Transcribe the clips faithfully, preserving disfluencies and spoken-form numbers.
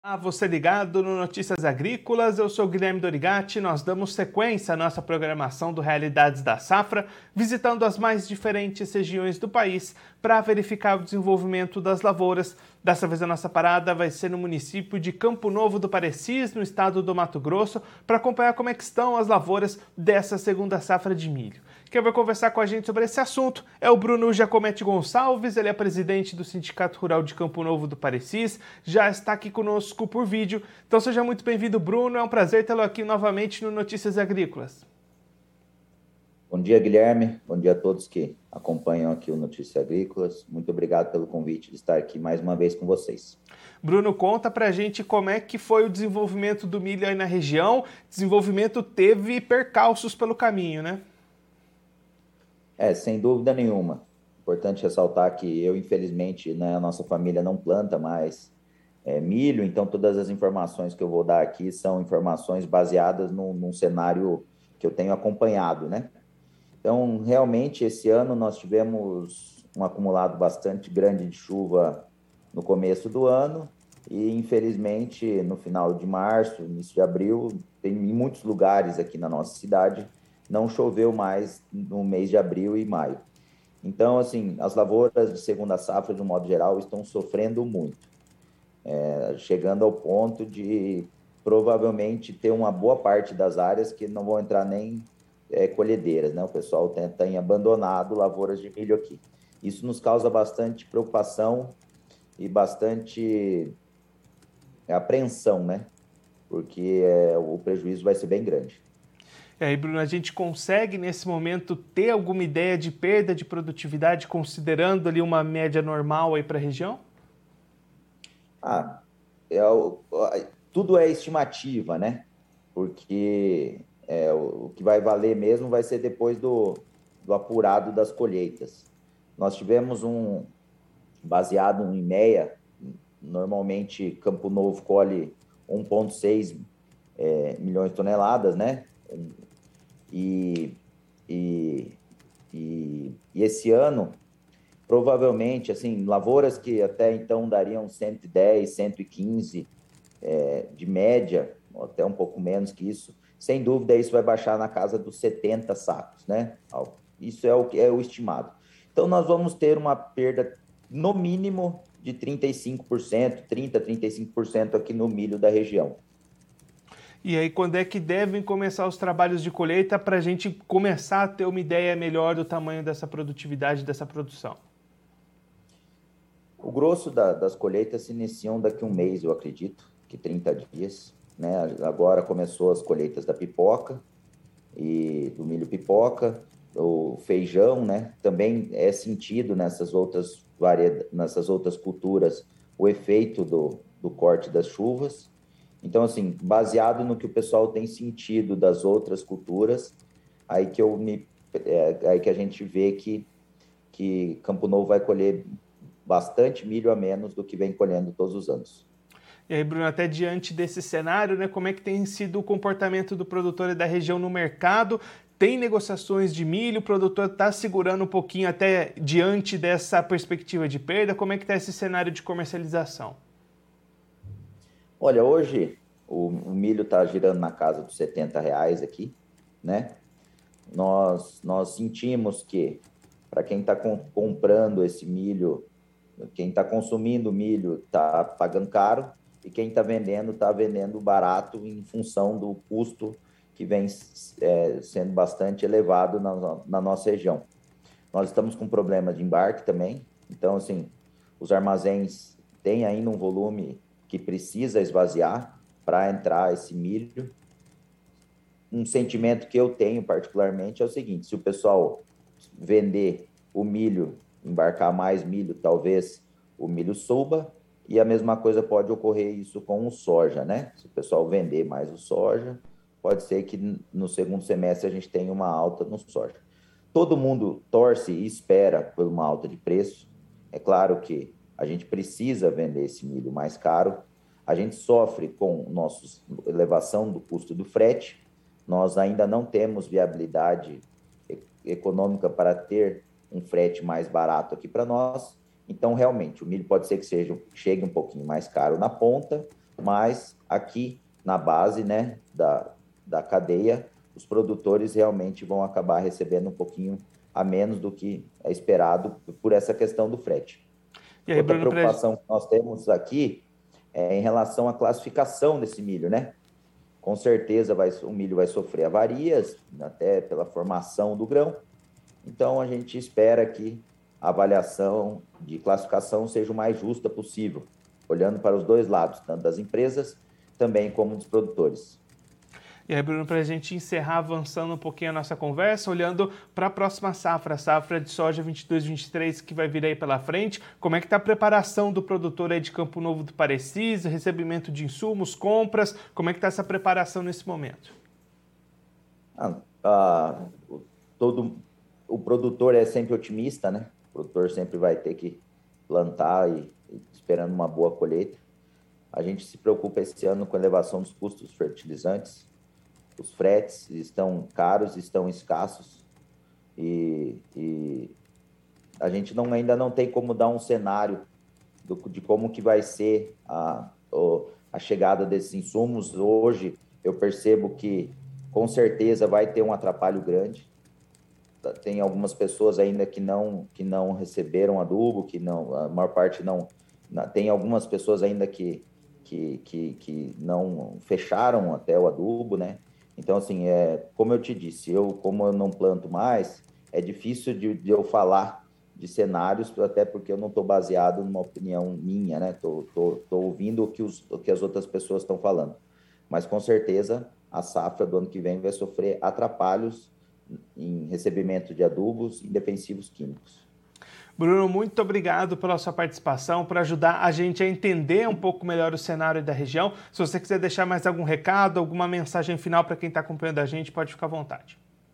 Ah, você ligado no Notícias Agrícolas, eu sou Guilherme Dorigatti. Nós damos sequência à nossa programação do Realidades da Safra, visitando as mais diferentes regiões do país para verificar o desenvolvimento das lavouras. Dessa vez a nossa parada vai ser no município de Campo Novo do Parecis, no estado do Mato Grosso, para acompanhar como é que estão as lavouras dessa segunda safra de milho. Quem vai conversar com a gente sobre esse assunto é o Bruno Giacometti Gonçalves, ele é presidente do Sindicato Rural de Campo Novo do Parecis, já está aqui conosco por vídeo. Então seja muito bem-vindo, Bruno, é um prazer tê-lo aqui novamente no Notícias Agrícolas. Bom dia, Guilherme, bom dia a todos que acompanham aqui o Notícias Agrícolas. Muito obrigado pelo convite de estar aqui mais uma vez com vocês. Bruno, conta pra gente como é que foi o desenvolvimento do milho aí na região. Desenvolvimento teve percalços pelo caminho, né? É, sem dúvida nenhuma. Importante ressaltar que eu, infelizmente, né, a nossa família não planta mais é, milho, então todas as informações que eu vou dar aqui são informações baseadas num, num cenário que eu tenho acompanhado, né? Então, realmente, esse ano nós tivemos um acumulado bastante grande de chuva no começo do ano e, infelizmente, no final de março, início de abril, tem, em muitos lugares aqui na nossa cidade, não choveu mais no mês de abril e maio. Então, assim, as lavouras de segunda safra, de um modo geral, estão sofrendo muito, é, chegando ao ponto de provavelmente ter uma boa parte das áreas que não vão entrar nem é, colhedeiras, né? O pessoal tem, tem abandonado lavouras de milho aqui. Isso nos causa bastante preocupação e bastante apreensão, né? Porque é, o prejuízo vai ser bem grande. E aí, Bruno, a gente consegue nesse momento ter alguma ideia de perda de produtividade, considerando ali uma média normal aí para a região? Ah, é, tudo é estimativa, né? Porque é, o que vai valer mesmo vai ser depois do, do apurado das colheitas. Nós tivemos um, baseado em meia, normalmente Campo Novo colhe um vírgula seis é, milhões de toneladas, né? E, e, e, e esse ano, provavelmente, assim, lavouras que até então dariam cento e dez, cento e quinze é, de média, ou até um pouco menos que isso, sem dúvida isso vai baixar na casa dos setenta sacos, né? Isso é o que é o estimado. Então nós vamos ter uma perda no mínimo de trinta e cinco por cento, trinta, trinta e cinco por cento aqui no milho da região. E aí, quando é que devem começar os trabalhos de colheita para a gente começar a ter uma ideia melhor do tamanho dessa produtividade, dessa produção? O grosso da, das colheitas se iniciam daqui a um mês, eu acredito, que trinta dias, né? Agora começou as colheitas da pipoca e do milho pipoca, o feijão, né? Também é sentido nessas outras variedades, nessas outras culturas o efeito do, do corte das chuvas. Então, assim, baseado no que o pessoal tem sentido das outras culturas, aí que eu me, é, aí que a gente vê que que Campo Novo vai colher bastante milho a menos do que vem colhendo todos os anos. E aí, Bruno, até diante desse cenário, né, como é que tem sido o comportamento do produtor e da região no mercado? Tem negociações de milho, o produtor está segurando um pouquinho até diante dessa perspectiva de perda? Como é que está esse cenário de comercialização? Olha, hoje o, o milho está girando na casa dos setenta reais aqui, né? Nós, nós sentimos que para quem está com, comprando esse milho, quem está consumindo milho está pagando caro e quem está vendendo está vendendo barato em função do custo que vem é, sendo bastante elevado na, na nossa região. Nós estamos com problema de embarque também, então, assim, os armazéns têm ainda um volume que precisa esvaziar para entrar esse milho. Um sentimento que eu tenho particularmente é o seguinte: se o pessoal vender o milho, embarcar mais milho, talvez o milho suba, e a mesma coisa pode ocorrer isso com o soja, né? Se o pessoal vender mais o soja, pode ser que no segundo semestre a gente tenha uma alta no soja. Todo mundo torce e espera por uma alta de preço. É claro que a gente precisa vender esse milho mais caro. A gente sofre com nossa elevação do custo do frete. Nós ainda não temos viabilidade econômica para ter um frete mais barato aqui para nós. Então, realmente, o milho pode ser que seja, chegue um pouquinho mais caro na ponta, mas aqui na base, né, da, da cadeia, os produtores realmente vão acabar recebendo um pouquinho a menos do que é esperado por essa questão do frete. E aí, Outra Bruno, preocupação que nós temos aqui é em relação à classificação desse milho, né? Com certeza vai, o milho vai sofrer avarias, até pela formação do grão. Então, a gente espera que a avaliação de classificação seja o mais justa possível, olhando para os dois lados, tanto das empresas também como dos produtores. E aí, Bruno, para a gente encerrar avançando um pouquinho a nossa conversa, olhando para a próxima safra, a safra de soja vinte e dois, vinte e três, que vai vir aí pela frente, como é que está a preparação do produtor aí de Campo Novo do Parecis, recebimento de insumos, compras, como é que está essa preparação nesse momento? Ah, ah, todo, o produtor é sempre otimista, né? O produtor sempre vai ter que plantar e, e esperando uma boa colheita. A gente se preocupa esse ano com a elevação dos custos dos fertilizantes. Os fretes estão caros, estão escassos e, e a gente não, ainda não tem como dar um cenário do, de como que vai ser a, a chegada desses insumos. Hoje eu percebo que com certeza vai ter um atrapalho grande. Tem algumas pessoas ainda que não, que não receberam adubo, que não, a maior parte não... Tem algumas pessoas ainda que, que, que, que não fecharam até o adubo, né? Então, assim, é, como eu te disse, eu, como eu não planto mais, é difícil de, de eu falar de cenários, até porque eu não estou baseado numa opinião minha, né? Estou tô, tô, tô ouvindo o que, os, o que as outras pessoas estão falando. Mas, com certeza, a safra do ano que vem vai sofrer atrapalhos em recebimento de adubos e defensivos químicos. Bruno, muito obrigado pela sua participação, por ajudar a gente a entender um pouco melhor o cenário da região. Se você quiser deixar mais algum recado, alguma mensagem final para quem está acompanhando a gente, pode ficar à vontade.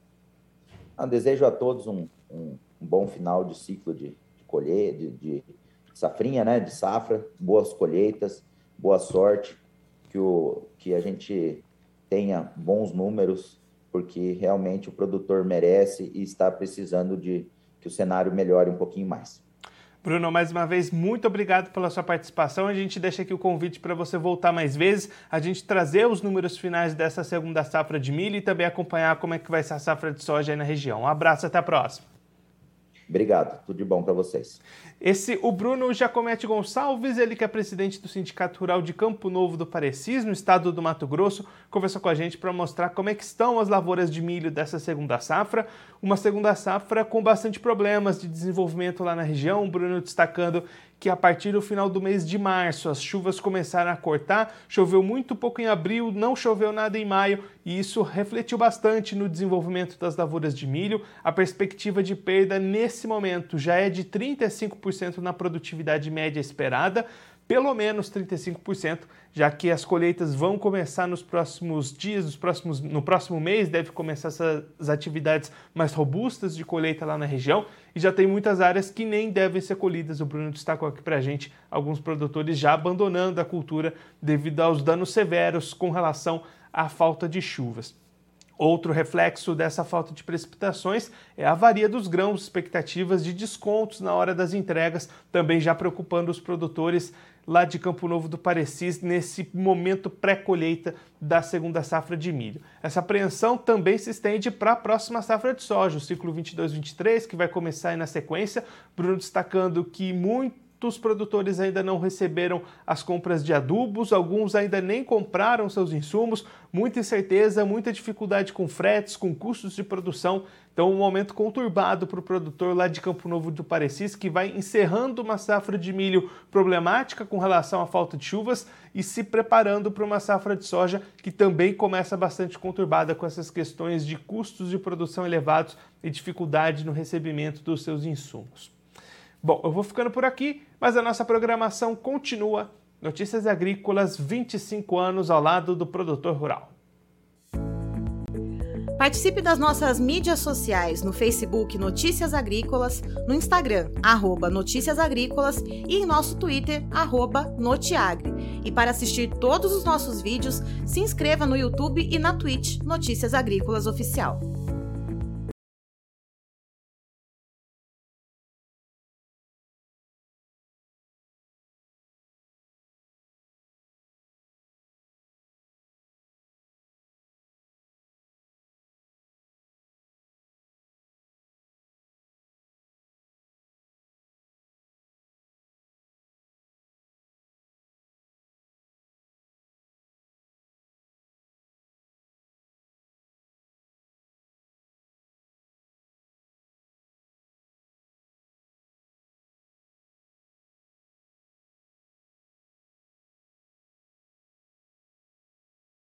Eu desejo a todos um, um, um bom final de ciclo de, de colheita, de, de safrinha, né? De safra, boas colheitas, boa sorte, que, o, que a gente tenha bons números, porque realmente o produtor merece e está precisando de que o cenário melhore um pouquinho mais. Bruno, mais uma vez, muito obrigado pela sua participação. A gente deixa aqui o convite para você voltar mais vezes, a gente trazer os números finais dessa segunda safra de milho e também acompanhar como é que vai ser a safra de soja aí na região. Um abraço, até a próxima. Obrigado, tudo de bom para vocês. Esse, o Bruno Giacometti Gonçalves, ele que é presidente do Sindicato Rural de Campo Novo do Parecis, no estado do Mato Grosso, conversou com a gente para mostrar como é que estão as lavouras de milho dessa segunda safra, uma segunda safra com bastante problemas de desenvolvimento lá na região, o Bruno destacando que a partir do final do mês de março as chuvas começaram a cortar, choveu muito pouco em abril, não choveu nada em maio e isso refletiu bastante no desenvolvimento das lavouras de milho. A perspectiva de perda nesse momento já é de trinta e cinco por cento na produtividade média esperada, pelo menos trinta e cinco por cento, já que as colheitas vão começar nos próximos dias, nos próximos, no próximo mês deve começar essas atividades mais robustas de colheita lá na região e já tem muitas áreas que nem devem ser colhidas. O Bruno destacou aqui pra gente alguns produtores já abandonando a cultura devido aos danos severos com relação à falta de chuvas. Outro reflexo dessa falta de precipitações é a avaria dos grãos, expectativas de descontos na hora das entregas, também já preocupando os produtores lá de Campo Novo do Parecis nesse momento pré-colheita da segunda safra de milho. Essa apreensão também se estende para a próxima safra de soja, o ciclo vinte e dois vinte e três, que vai começar aí na sequência. Bruno destacando que muito Muitos produtores ainda não receberam as compras de adubos, alguns ainda nem compraram seus insumos, muita incerteza, muita dificuldade com fretes, com custos de produção. Então, um momento conturbado para o produtor lá de Campo Novo do Parecis, que vai encerrando uma safra de milho problemática com relação à falta de chuvas e se preparando para uma safra de soja que também começa bastante conturbada com essas questões de custos de produção elevados e dificuldade no recebimento dos seus insumos. Bom, eu vou ficando por aqui, mas a nossa programação continua. Notícias Agrícolas, vinte e cinco anos ao lado do produtor rural. Participe das nossas mídias sociais no Facebook Notícias Agrícolas, no Instagram, arroba Notícias Agrícolas e em nosso Twitter, arroba Notiagre. E para assistir todos os nossos vídeos, se inscreva no YouTube e na Twitch Notícias Agrícolas Oficial.